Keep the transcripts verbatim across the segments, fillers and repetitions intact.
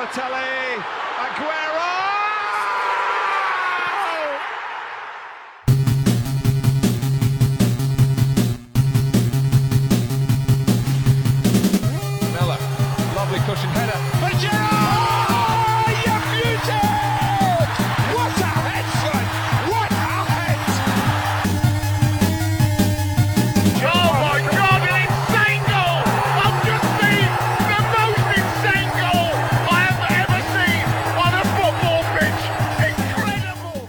Balotelli, Aguero! Miller, lovely cushion header. For Giroud! You beauty! What a head, son! What a head! Oh my God, an insane goal! I've just seen the most insane goal I have ever seen on a football pitch. Incredible!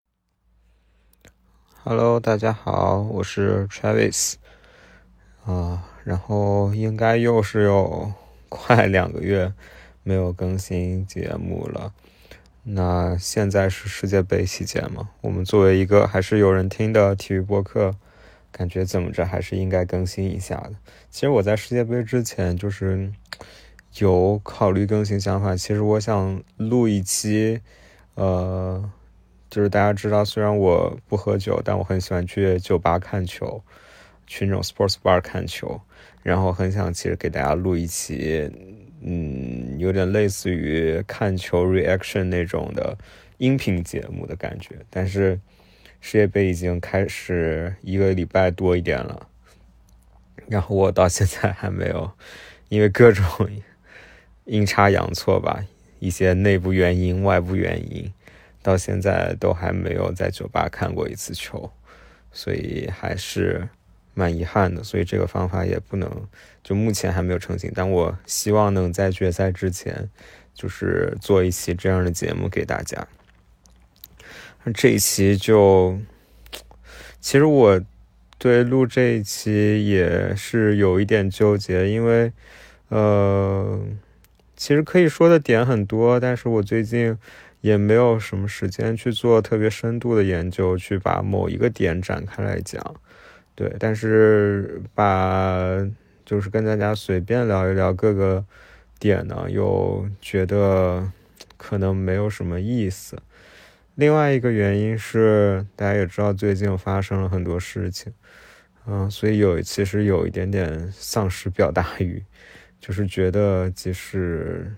Hello， 大家好，我是 Travis 啊，然后应该又是有快两个月没有更新节目了。那现在是世界杯期间嘛，我们作为一个还是有人听的体育播客，感觉怎么着还是应该更新一下的。其实我在世界杯之前就是有考虑更新想法，其实我想录一期呃就是大家知道，虽然我不喝酒，但我很喜欢去酒吧看球，去那种 sports bar 看球，然后很想其实给大家录一期嗯，有点类似于看球 reaction 那种的音频节目的感觉。但是世界杯已经开始一个礼拜多一点了，然后我到现在还没有，因为各种阴差阳错吧，一些内部原因外部原因，到现在都还没有在酒吧看过一次球，所以还是蛮遗憾的。所以这个方法也不能，就目前还没有成型，但我希望能在决赛之前就是做一期这样的节目给大家。这一期就其实我对录这一期也是有一点纠结，因为呃其实可以说的点很多，但是我最近也没有什么时间去做特别深度的研究，去把某一个点展开来讲。对，但是把就是跟大家随便聊一聊各个点呢，又觉得可能没有什么意思。另外一个原因是大家也知道最近发生了很多事情，嗯，所以有其实有一点点丧失表达欲，就是觉得即使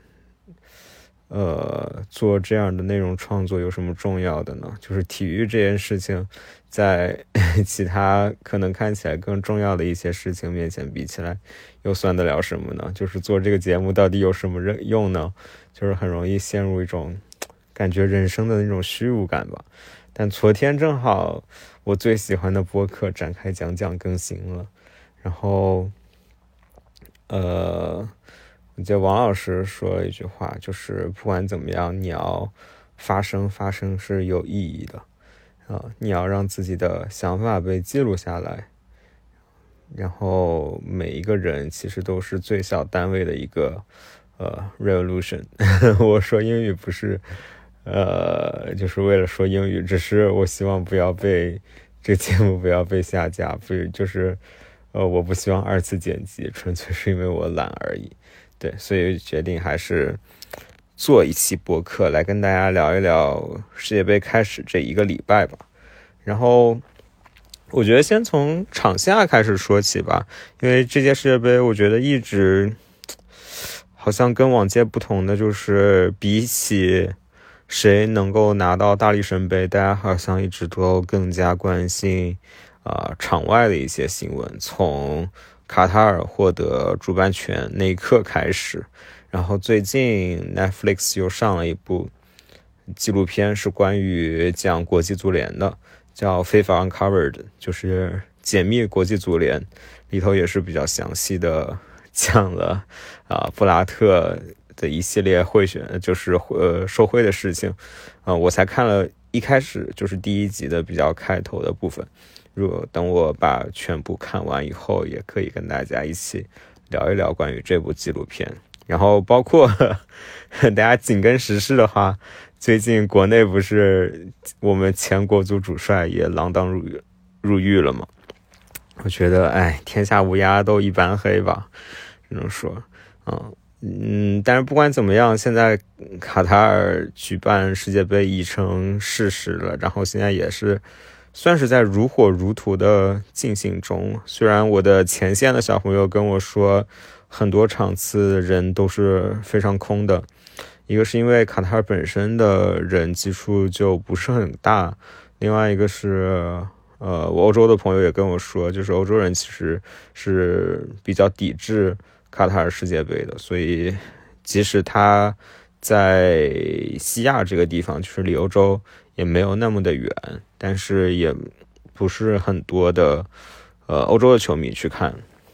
呃，做这样的内容创作有什么重要的呢？就是体育这件事情，在其他可能看起来更重要的一些事情面前比起来，又算得了什么呢？就是做这个节目到底有什么用呢？就是很容易陷入一种感觉人生的那种虚无感吧。但昨天正好我最喜欢的播客展开讲讲更新了，然后呃我记得王老师说了一句话，就是不管怎么样，你要发声，发声是有意义的啊、呃，你要让自己的想法被记录下来，然后每一个人其实都是最小单位的一个呃 revolution 我说英语不是呃就是为了说英语，只是我希望不要被这个节目不要被下架，不就是呃我不希望二次剪辑，纯粹是因为我懒而已。对，所以决定还是做一期播客来跟大家聊一聊世界杯开始这一个礼拜吧。然后我觉得先从场下开始说起吧，因为这届世界杯我觉得一直好像跟往届不同的就是比起谁能够拿到大力神杯，大家好像一直都更加关心啊、呃、场外的一些新闻，从卡塔尔获得主办权那一刻开始，然后最近 Netflix 又上了一部纪录片，是关于讲国际足联的，叫 FIFA Uncovered， 就是解密国际足联，里头也是比较详细的讲了啊布拉特的一系列贿选，就是呃受贿的事情啊、呃，我才看了一开始就是第一集的比较开头的部分。如果等我把全部看完以后，也可以跟大家一起聊一聊关于这部纪录片。然后包括呵呵大家紧跟时事的话，最近国内不是我们前国足主帅也锒铛入狱入狱了吗？我觉得哎，天下乌鸦都一般黑吧，只能说嗯嗯，但是不管怎么样，现在卡塔尔举办世界杯已成事实了，然后现在也是算是在如火如荼的进行中。虽然我的前线的小朋友跟我说很多场次人都是非常空的， 一个是因为卡塔尔本身的人基数就不是很大，另外一个是呃，我欧洲的朋友也跟我说，就是欧洲人其实是比较抵制卡塔尔世界杯的，所以即使他在西亚这个地方，就是离欧洲也没有那么的远，但是也不是很多的呃欧洲的球迷去看。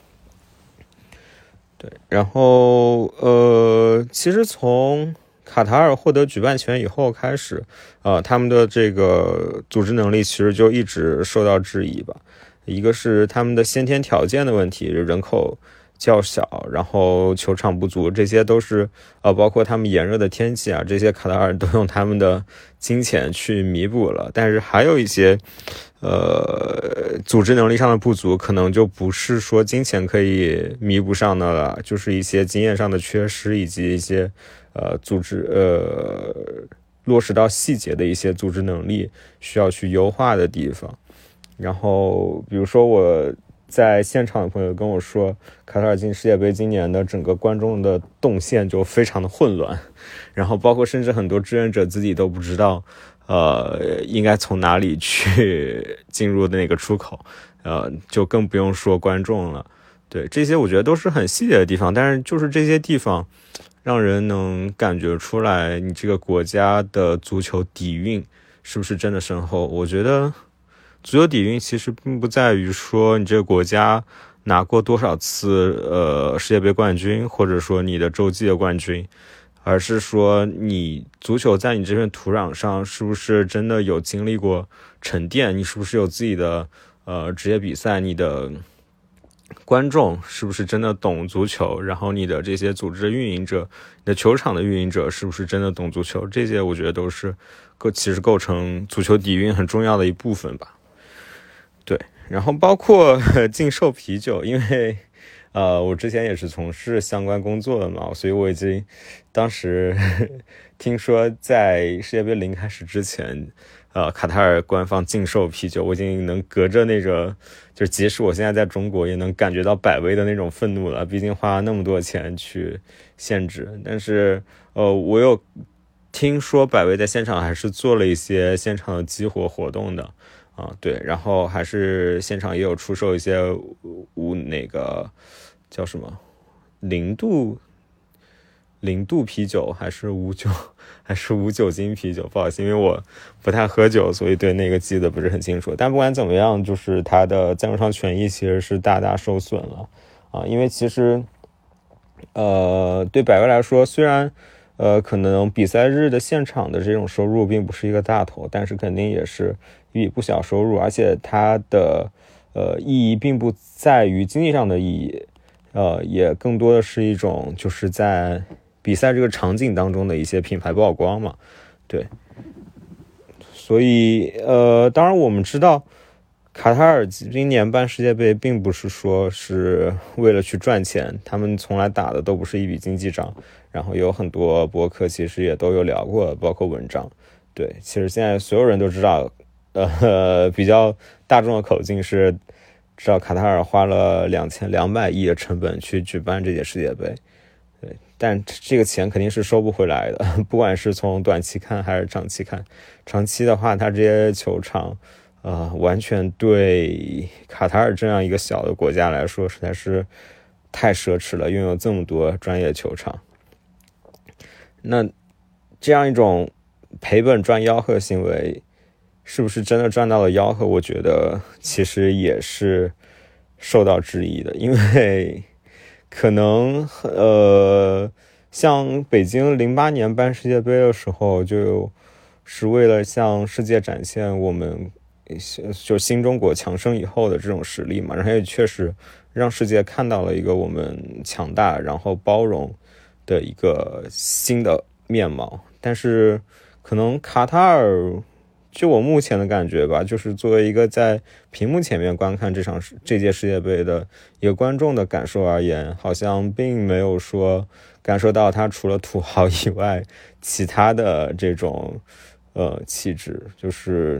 对，然后呃，其实从卡塔尔获得举办权以后开始，呃，他们的这个组织能力其实就一直受到质疑吧。一个是他们的先天条件的问题，人口较小，然后球场不足，这些都是呃，包括他们炎热的天气啊，这些卡塔尔都用他们的金钱去弥补了。但是还有一些呃组织能力上的不足，可能就不是说金钱可以弥补上的了，就是一些经验上的缺失，以及一些呃组织呃落实到细节的一些组织能力需要去优化的地方。然后比如说我在现场的朋友跟我说，卡塔尔进世界杯今年的整个观众的动线就非常的混乱，然后包括甚至很多志愿者自己都不知道呃应该从哪里去进入的那个出口，呃就更不用说观众了。对，这些我觉得都是很细节的地方，但是就是这些地方让人能感觉出来你这个国家的足球底蕴是不是真的深厚。我觉得足球底蕴其实并不在于说你这个国家拿过多少次呃世界杯冠军，或者说你的洲际的冠军，而是说你足球在你这片土壤上是不是真的有经历过沉淀，你是不是有自己的呃职业比赛，你的观众是不是真的懂足球，然后你的这些组织运营者，你的球场的运营者是不是真的懂足球，这些我觉得都是构其实构成足球底蕴很重要的一部分吧。对，然后包括禁售啤酒，因为呃我之前也是从事相关工作的嘛，所以我已经当时听说在世界杯临开始之前，呃卡塔尔官方禁售啤酒，我已经能隔着那个，就是即使我现在在中国也能感觉到百威的那种愤怒了，毕竟花那么多钱去限制。但是呃我有听说百威在现场还是做了一些现场的激活活动的啊，对，然后还是现场也有出售一些无那个叫什么零度零度啤酒，还是无酒还是无酒精啤酒，不好意思，因为我不太喝酒，所以对那个记得不是很清楚。但不管怎么样，就是它的赞助商权益其实是大大受损了啊，因为其实呃对百威来说，虽然呃，可能比赛日的现场的这种收入并不是一个大头，但是肯定也是一笔不小收入，而且它的呃意义并不在于经济上的意义，呃，也更多的是一种就是在比赛这个场景当中的一些品牌曝光嘛，对。所以呃，当然我们知道卡塔尔今年办世界杯并不是说是为了去赚钱，他们从来打的都不是一笔经济账，然后有很多博客其实也都有聊过，包括文章。对，其实现在所有人都知道，呃，比较大众的口径是知道卡塔尔花了两千两百亿的成本去举办这届世界杯，对，但这个钱肯定是收不回来的，不管是从短期看还是长期看，长期的话，它这些球场。呃，完全对卡塔尔这样一个小的国家来说实在是太奢侈了，拥有这么多专业球场。那这样一种赔本赚吆喝行为是不是真的赚到了吆喝，我觉得其实也是受到质疑的，因为可能呃像北京零八年办世界杯的时候，就是为了向世界展现我们就新中国强盛以后的这种实力嘛，然后也确实让世界看到了一个我们强大然后包容的一个新的面貌。但是可能卡塔尔就我目前的感觉吧，就是作为一个在屏幕前面观看这场这届世界杯的一个观众的感受而言，好像并没有说感受到它除了土豪以外其他的这种呃气质，就是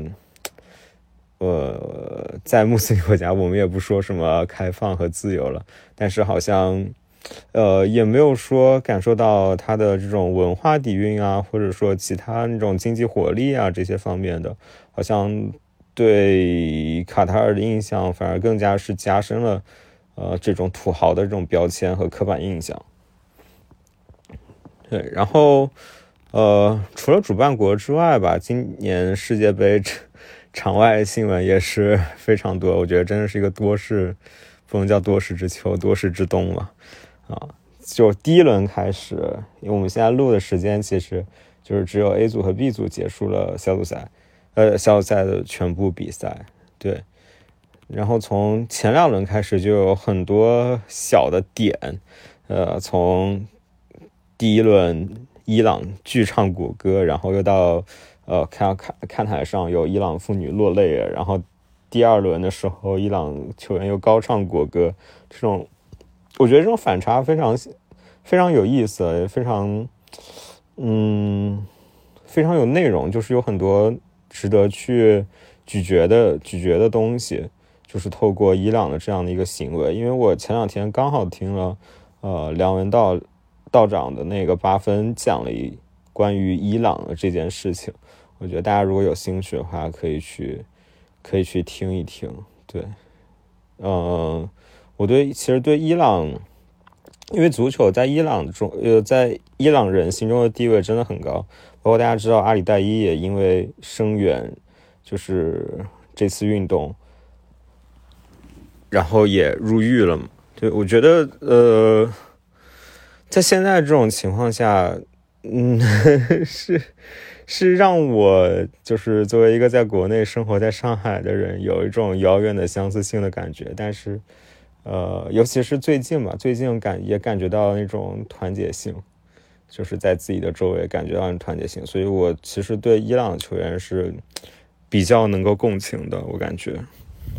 呃，在穆斯林国家我们也不说什么开放和自由了，但是好像呃，也没有说感受到它的这种文化底蕴啊，或者说其他那种经济活力啊这些方面的，好像对卡塔尔的印象反而更加是加深了呃这种土豪的这种标签和刻板印象。对，然后呃，除了主办国之外吧，今年世界杯场外新闻也是非常多，我觉得真的是一个多事，不能叫多事之秋，多事之冬嘛。啊，就第一轮开始，因为我们现在录的时间其实就是只有 A 组和 B 组结束了小组赛，呃，小组赛的全部比赛，对。然后从前两轮开始就有很多小的点，呃，从第一轮伊朗剧唱国歌，然后又到呃看看看台上有伊朗妇女落泪，然后第二轮的时候伊朗球员又高唱国歌，这种我觉得这种反差非常非常有意思，也非常嗯非常有内容，就是有很多值得去咀嚼的咀嚼的东西，就是透过伊朗的这样的一个行为。因为我前两天刚好听了呃梁文道道长的那个八分讲了一关于伊朗的这件事情，我觉得大家如果有兴趣的话可以去可以去听一听。对，嗯，我对其实对伊朗，因为足球在伊朗中呃在伊朗人心中的地位真的很高，包括大家知道阿里代伊也因为声援就是这次运动然后也入狱了嘛。对，我觉得呃在现在这种情况下，嗯，是是让我就是作为一个在国内生活在上海的人，有一种遥远的相似性的感觉。但是，呃，尤其是最近吧，最近感也感觉到那种团结性，就是在自己的周围感觉到那种团结性。所以我其实对伊朗球员是比较能够共情的，我感觉。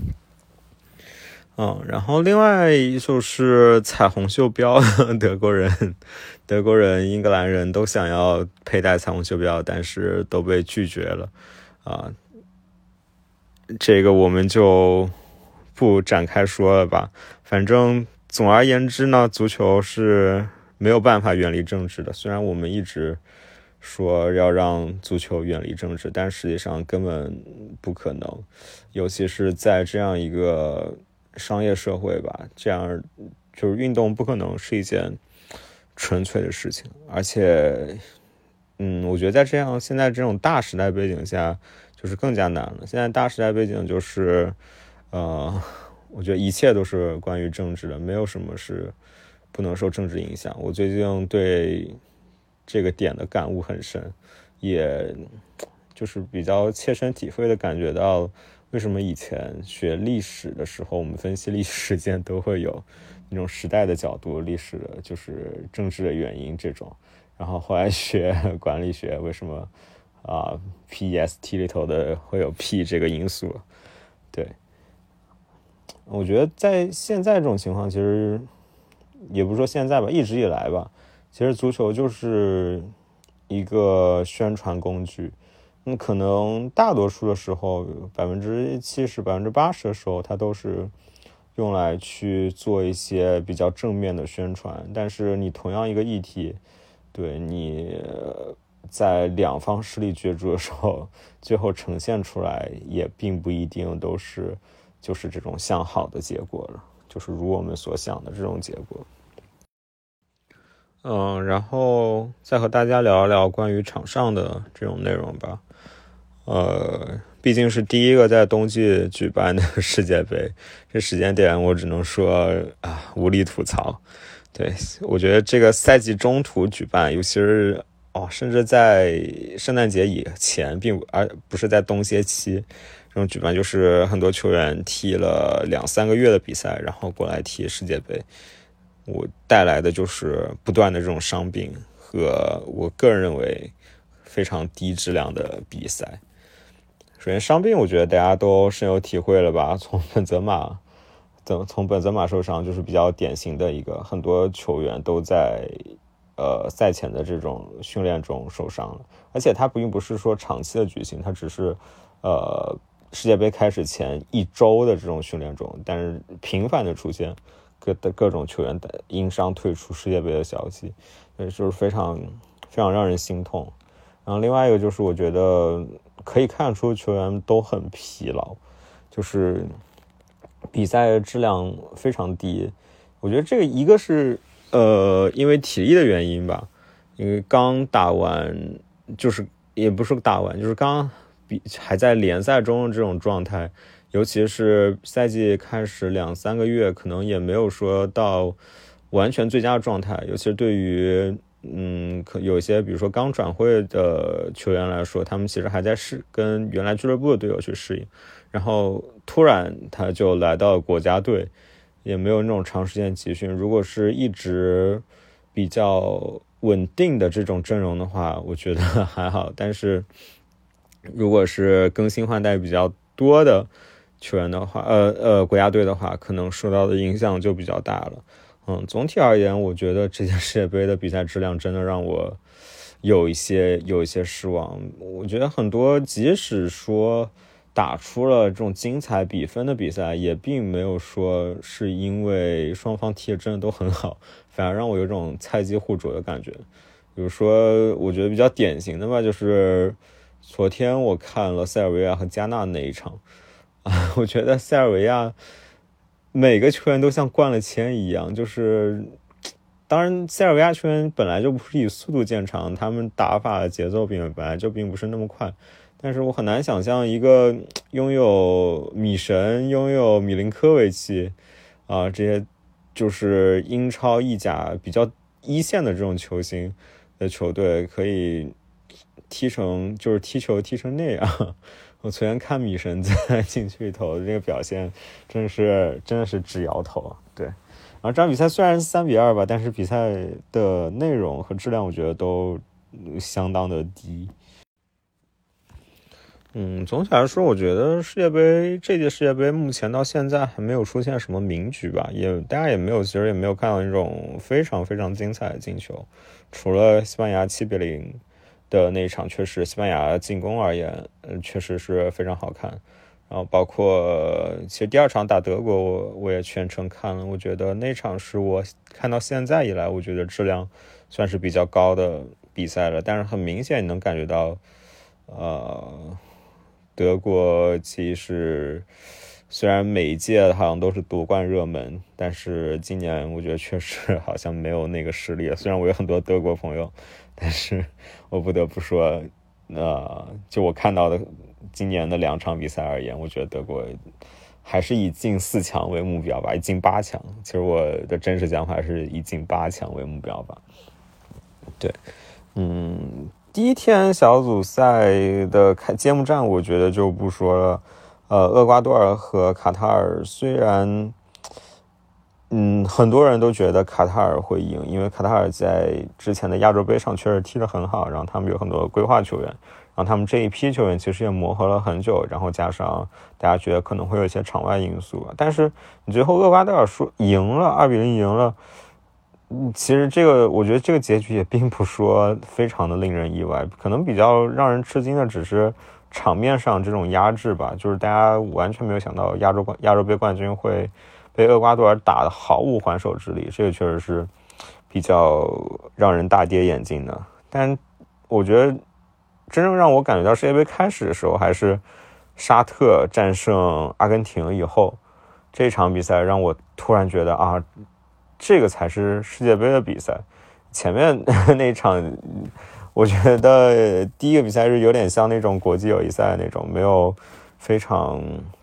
嗯，然后另外就是彩虹袖标，德国人、德国人、英格兰人都想要佩戴彩虹袖标，但是都被拒绝了啊。这个我们就不展开说了吧。反正总而言之呢，足球是没有办法远离政治的。虽然我们一直说要让足球远离政治，但实际上根本不可能，尤其是在这样一个商业社会吧，这样就是运动不可能是一件纯粹的事情。而且嗯，我觉得在这样现在这种大时代背景下就是更加难了。现在大时代背景就是呃，我觉得一切都是关于政治的，没有什么是不能受政治影响。我最近对这个点的感悟很深，也就是比较切身体会的感觉到为什么以前学历史的时候，我们分析历史事件都会有那种时代的角度，历史的就是政治的原因这种。然后后来学管理学，为什么啊 P E S T 里头的会有 P 这个因素？对，我觉得在现在这种情况，其实也不是说现在吧，一直以来吧，其实足球就是一个宣传工具。那可能大多数的时候，百分之七十、百分之八十的时候，它都是用来去做一些比较正面的宣传。但是你同样一个议题，对你在两方势力角逐的时候，最后呈现出来也并不一定都是就是这种向好的结果了，就是如我们所想的这种结果。嗯，然后再和大家聊一聊关于场上的这种内容吧。呃，毕竟是第一个在冬季举办的世界杯，这时间点我只能说啊，无力吐槽。对，我觉得这个赛季中途举办，尤其是哦，甚至在圣诞节以前，并不而不是在冬歇期这种举办，就是很多球员踢了两三个月的比赛，然后过来踢世界杯。我带来的就是不断的这种伤病和我个人认为非常低质量的比赛。首先伤病我觉得大家都深有体会了吧，从本泽马从本泽马受伤就是比较典型的一个，很多球员都在呃赛前的这种训练中受伤了，而且它并不是说长期的举行，它只是呃世界杯开始前一周的这种训练中，但是频繁的出现， 各的各种球员的因伤退出世界杯的消息，就是非常非常让人心痛。然后另外一个就是我觉得可以看出球员都很疲劳，就是比赛质量非常低。我觉得这个一个是呃因为体力的原因吧，因为刚打完，就是也不是打完，就是刚比还在联赛中的这种状态，尤其是赛季开始两三个月，可能也没有说到完全最佳的状态，尤其是对于嗯，可有些比如说刚转会的球员来说，他们其实还在试跟原来俱乐部的队友去适应，然后突然他就来到国家队，也没有那种长时间集训。如果是一直比较稳定的这种阵容的话，我觉得还好，但是如果是更新换代比较多的球员的话，呃呃，国家队的话，可能受到的影响就比较大了。嗯，总体而言，我觉得这届世界杯的比赛质量真的让我有一些有一些失望。我觉得很多即使说打出了这种精彩比分的比赛，也并没有说是因为双方踢的真的都很好，反而让我有种菜鸡互啄的感觉。比如说，我觉得比较典型的吧，就是昨天我看了塞尔维亚和加纳那一场啊，我觉得塞尔维亚每个球员都像灌了铅一样，就是当然塞尔维亚球员本来就不是以速度见长，他们打法的节奏并本来就并不是那么快，但是我很难想象一个拥有米神、拥有米林科维奇啊、呃、这些就是英超、意甲比较一线的这种球星的球队可以踢成就是踢球踢成那样。我昨天看米神在禁区里头的这个表现，真的是真的是直摇头。对，然后这场比赛虽然是三比二吧，但是比赛的内容和质量我觉得都相当的低。嗯，总体来说，我觉得世界杯这届世界杯目前到现在还没有出现什么名局吧，也大家也没有，其实也没有看到那种非常非常精彩的进球，除了西班牙七比零的那一场，确实西班牙进攻而言，嗯，确实是非常好看。然后包括其实第二场打德国我，我也全程看了，我觉得那场是我看到现在以来，我觉得质量算是比较高的比赛了。但是很明显你能感觉到，呃。德国其实虽然每一届好像都是夺冠热门，但是今年我觉得确实好像没有那个实力了。虽然我有很多德国朋友，但是我不得不说，呃，就我看到的今年的两场比赛而言，我觉得德国还是以进四强为目标吧，以进八强。其实我的真实想法是以进八强为目标吧。对，嗯。第一天小组赛的开揭幕战，我觉得就不说了。呃，厄瓜多尔和卡塔尔，虽然，嗯，很多人都觉得卡塔尔会赢，因为卡塔尔在之前的亚洲杯上确实踢得很好，然后他们有很多规划球员，然后他们这一批球员其实也磨合了很久，然后加上大家觉得可能会有一些场外因素，但是你最后厄瓜多尔输赢了，二比零赢了。嗯，其实这个我觉得这个结局也并不说非常的令人意外，可能比较让人吃惊的只是场面上这种压制吧，就是大家完全没有想到亚洲冠亚洲杯冠军会被厄瓜多尔打得毫无还手之力，这个确实是比较让人大跌眼镜的。但我觉得真正让我感觉到世界杯开始的时候，还是沙特战胜阿根廷以后，这场比赛让我突然觉得啊。这个才是世界杯的比赛，前面那场，我觉得第一个比赛是有点像那种国际友谊赛那种，没有非常，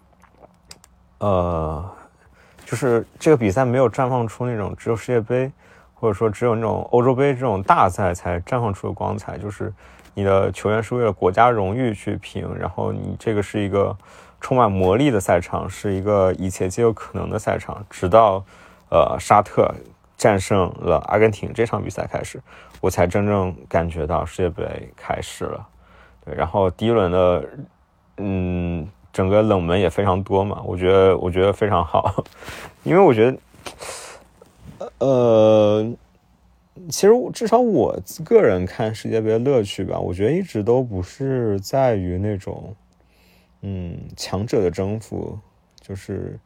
呃，就是这个比赛没有绽放出那种只有世界杯或者说只有那种欧洲杯这种大赛才绽放出的光彩，就是你的球员是为了国家荣誉去拼，然后你这个是一个充满魔力的赛场，是一个一切皆有可能的赛场，直到。呃，沙特战胜了阿根廷这场比赛开始，我才真正感觉到世界杯开始了。对，然后第一轮的，嗯，整个冷门也非常多嘛，我觉得我觉得非常好，因为我觉得，呃，其实至少我个人看世界杯的乐趣吧，我觉得一直都不是在于那种，嗯，强者的征服，就是。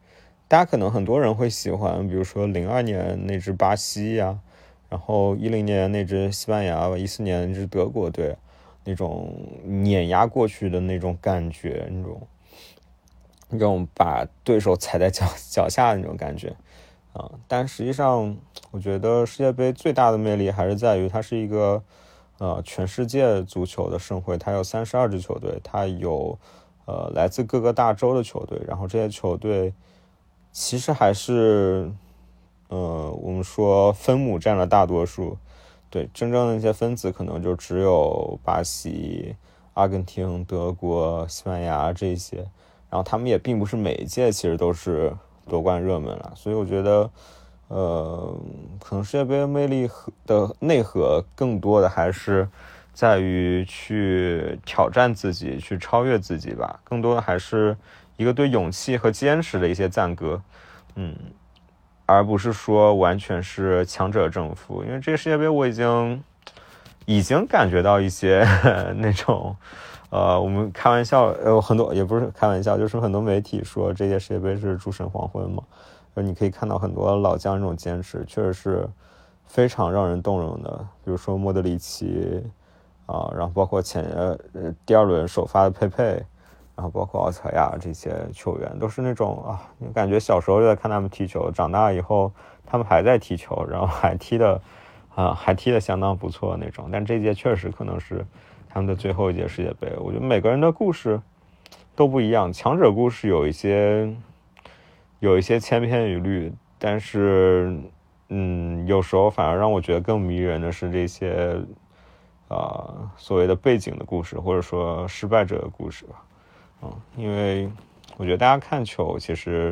大家可能很多人会喜欢，比如说零二年那支巴西呀、啊，然后一零年那支西班牙，一四年那支德国队，那种碾压过去的那种感觉，那种那种把对手踩在脚脚下的那种感觉啊。但实际上，我觉得世界杯最大的魅力还是在于它是一个呃全世界足球的盛会，它有三十二支球队，它有呃来自各个大洲的球队，然后这些球队其实还是呃我们说分母占了大多数，对，真正的那些分子可能就只有巴西、阿根廷、德国、西班牙这些，然后他们也并不是每一届其实都是夺冠热门了，所以我觉得呃，可能世界杯的魅力的内核更多的还是在于去挑战自己，去超越自己吧，更多的还是一个对勇气和坚持的一些赞歌，嗯，而不是说完全是强者征服。因为这个世界杯我已经已经感觉到一些那种呃，我们开玩笑，呃，很多也不是开玩笑，就是很多媒体说这届世界杯是诸神黄昏嘛。你可以看到很多老将这种坚持，确实是非常让人动容的。比如说莫德里奇啊，然后包括前呃第二轮首发的佩佩，然后包括奥特亚这些球员，都是那种啊，你感觉小时候就在看他们踢球，长大以后他们还在踢球，然后还踢的啊还踢的相当不错那种。但这届确实可能是他们的最后一届世界杯，我觉得每个人的故事都不一样，强者故事有一些。有一些千篇一律，但是嗯，有时候反而让我觉得更迷人的是这些啊、呃、所谓的背景的故事，或者说失败者的故事吧。嗯，因为我觉得大家看球其实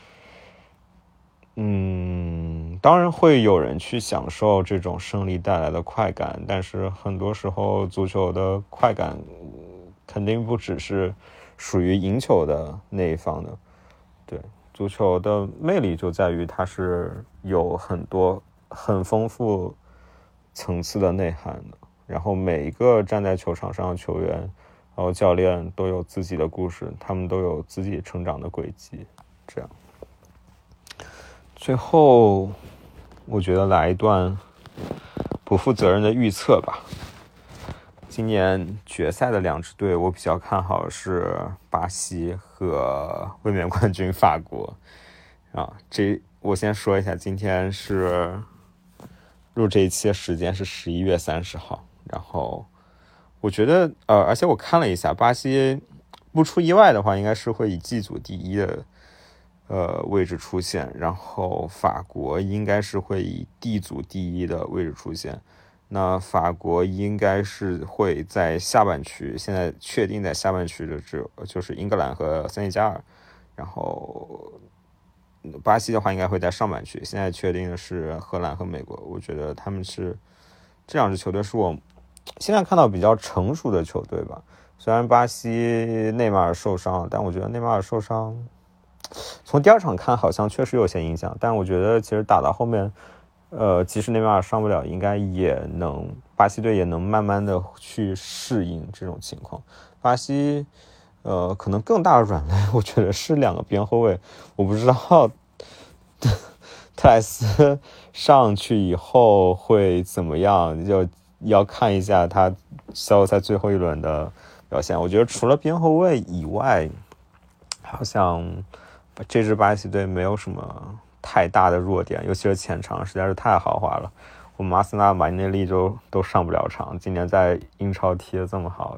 嗯，当然会有人去享受这种胜利带来的快感，但是很多时候足球的快感肯定不只是属于赢球的那一方的。对，足球的魅力就在于它是有很多很丰富层次的内涵的，然后每一个站在球场上的球员然后教练都有自己的故事，他们都有自己成长的轨迹。这样最后我觉得来一段不负责任的预测吧。今年决赛的两支队我比较看好是巴西和卫冕冠军法国啊。这我先说一下，今天是录这一期的时间是十一月三十号，然后我觉得呃，而且我看了一下，巴西不出意外的话应该是会以季组第一的呃位置出现，然后法国应该是会以地组第一的位置出现。那法国应该是会在下半区，现在确定在下半区的只有就是英格兰和塞内加尔，然后巴西的话应该会在上半区，现在确定的是荷兰和美国。我觉得他们是这两支球队是我现在看到比较成熟的球队吧。虽然巴西内马尔受伤，但我觉得内马尔受伤从第二场看好像确实有些影响，但我觉得其实打到后面呃，即使内马尔上不了，应该也能，巴西队也能慢慢的去适应这种情况。巴西，呃，可能更大的软肋，我觉得是两个边后卫。我不知道特莱斯上去以后会怎么样，就要看一下他小组赛最后一轮的表现。我觉得除了边后卫以外，好像这支巴西队没有什么太大的弱点，尤其是前场实在是太豪华了。我们阿森纳马内利就都上不了场，今年在英超踢得这么好。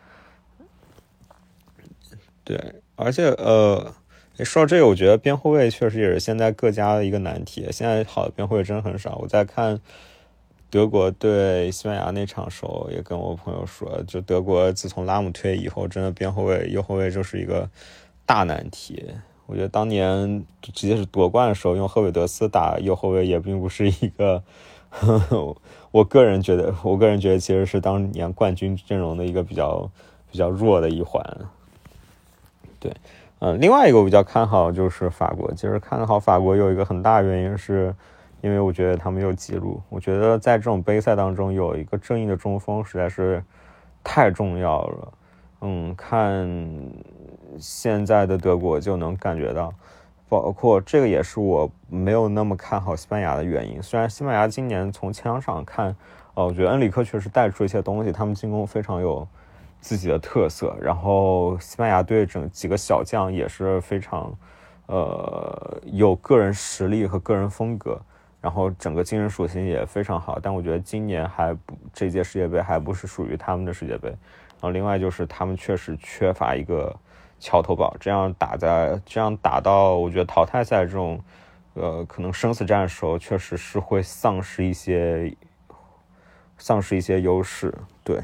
对，而且呃，说到这个，我觉得边后卫确实也是现在各家的一个难题。现在好的边后卫真的很少。我在看德国对西班牙那场时候，也跟我朋友说，就德国自从拉姆退以后，真的边后卫、右后卫就是一个大难题。我觉得当年直接是夺冠的时候用赫韦德斯打右后卫也并不是一个呵呵我个人觉得我个人觉得其实是当年冠军阵容的一个比较比较弱的一环。对，嗯，另外一个我比较看好就是法国。其实看好法国有一个很大的原因是因为我觉得他们有记录，我觉得在这种杯赛当中有一个正义的中锋实在是太重要了。嗯，看现在的德国就能感觉到包括这个也是我没有那么看好西班牙的原因。虽然西班牙今年从前场上看，呃，我觉得恩里克确实带出一些东西，他们进攻非常有自己的特色。然后西班牙队整几个小将也是非常，呃，有个人实力和个人风格，然后整个精神属性也非常好。但我觉得今年还不这届世界杯还不是属于他们的世界杯。然后另外就是他们确实缺乏一个桥头堡，这样打在这样打到我觉得淘汰赛这种呃可能生死战的时候，确实是会丧失一些丧失一些优势。对，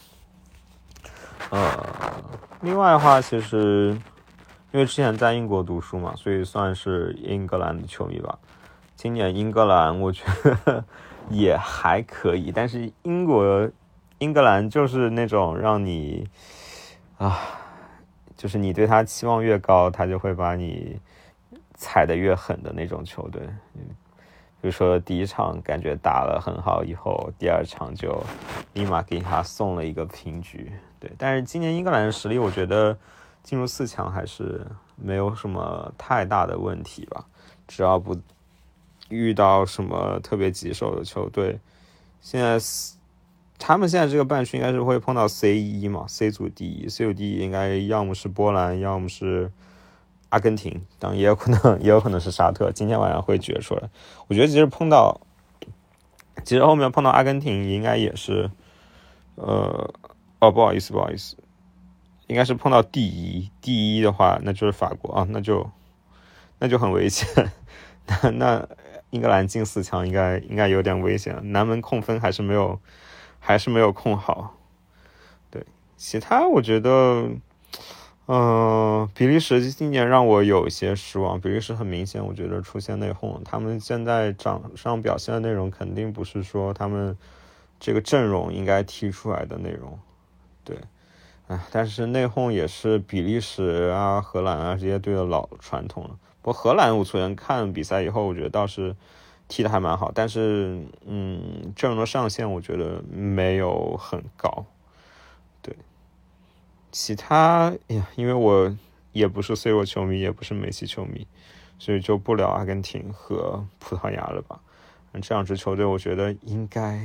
呃，另外的话，其实因为之前在英国读书嘛，所以算是英格兰的球迷吧。今年英格兰我觉得也还可以，但是英国英格兰就是那种让你啊。就是你对他期望越高，他就会把你踩得越狠的那种球队。比如说第一场感觉打了很好以后，第二场就立马给他送了一个平局。对，但是今年英格兰的实力，我觉得进入四强还是没有什么太大的问题吧，只要不遇到什么特别棘手的球队。现在他们现在这个半区应该是会碰到 C 一 嘛 ，C 组第一 ，C 组第一应该要么是波兰，要么是阿根廷，当然也有可能也有可能是沙特，今天晚上会决出来。我觉得其实碰到，其实后面碰到阿根廷应该也是，呃，哦不好意思不好意思，应该是碰到第一，第一的话那就是法国啊，那就那就很危险，那那英格兰进四强应该应该有点危险，南门控分还是没有。还是没有控好，对，其他我觉得，呃，比利时今年让我有一些失望。比利时很明显，我觉得出现内讧，他们现在场上表现的内容肯定不是说他们这个阵容应该踢出来的内容，对，啊，但是内讧也是比利时啊、荷兰啊这些队的老传统了。不过荷兰我昨天看比赛以后，我觉得倒是踢得还蛮好，但是嗯，阵容的上限我觉得没有很高。对，其他呀，因为我也不是 C 罗球迷，也不是梅西球迷，所以就不聊阿根廷和葡萄牙了吧。这两支球队我觉得应该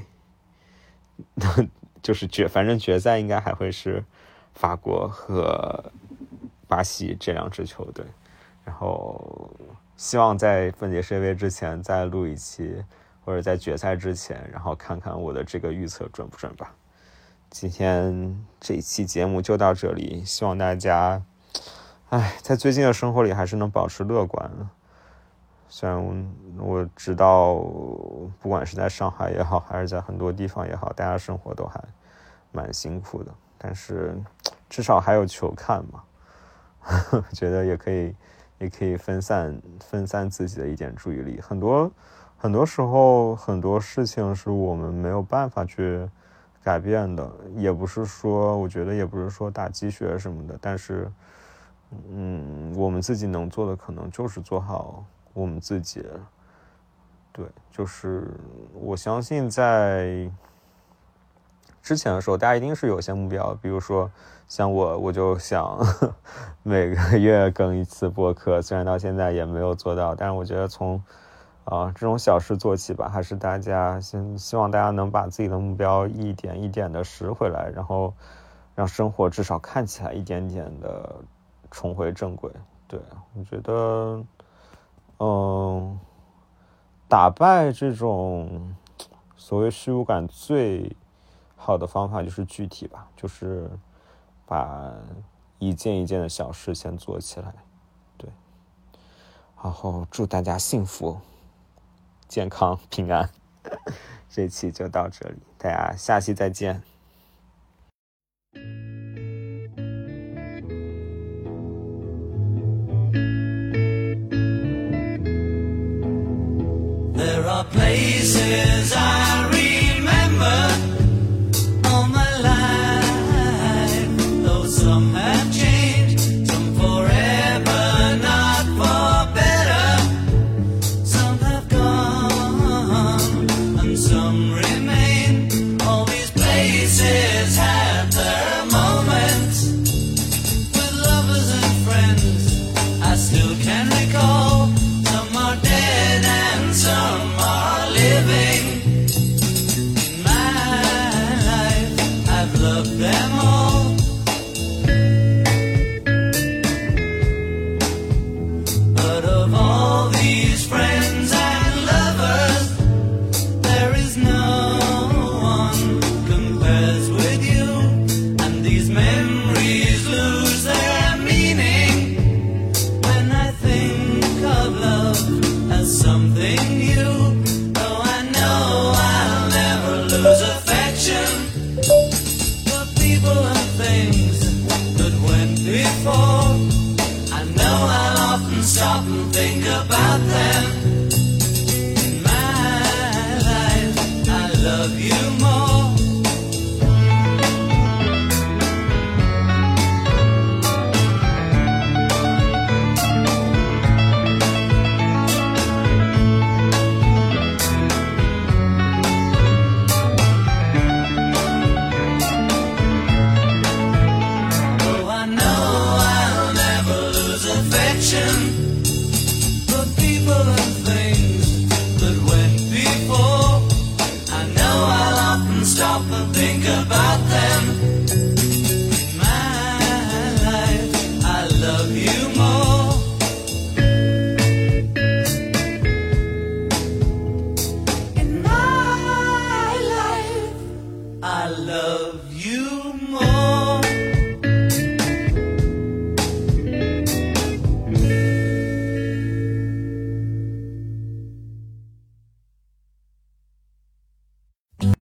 就是决，反正决赛应该还会是法国和巴西这两支球队。然后希望在本届世界杯之前再录一期，或者在决赛之前，然后看看我的这个预测准不准吧。今天这一期节目就到这里，希望大家，哎，在最近的生活里还是能保持乐观。虽然 我, 我知道，不管是在上海也好，还是在很多地方也好，大家生活都还蛮辛苦的，但是至少还有球看嘛，觉得也可以。也可以分散分散自己的一点注意力。很多很多时候，很多事情是我们没有办法去改变的，也不是说，我觉得也不是说打鸡血什么的，但是，嗯，我们自己能做的可能就是做好我们自己。对，就是我相信在之前的时候，大家一定是有些目标，比如说像我，我就想呵每个月更一次播客，虽然到现在也没有做到，但是我觉得从啊、呃、这种小事做起吧，还是大家先希望大家能把自己的目标一点一点的拾回来，然后让生活至少看起来一点点的重回正轨。对，我觉得，嗯、呃，打败这种所谓虚无感最好的方法就是具体吧，就是把一件一件的小事先做起来。对，然后祝大家幸福、健康、平安。这期就到这里，大家下期再见。 There are places I remember all my life, though some have changed, some forever, not for better. Some have gone and some remain. All these places all.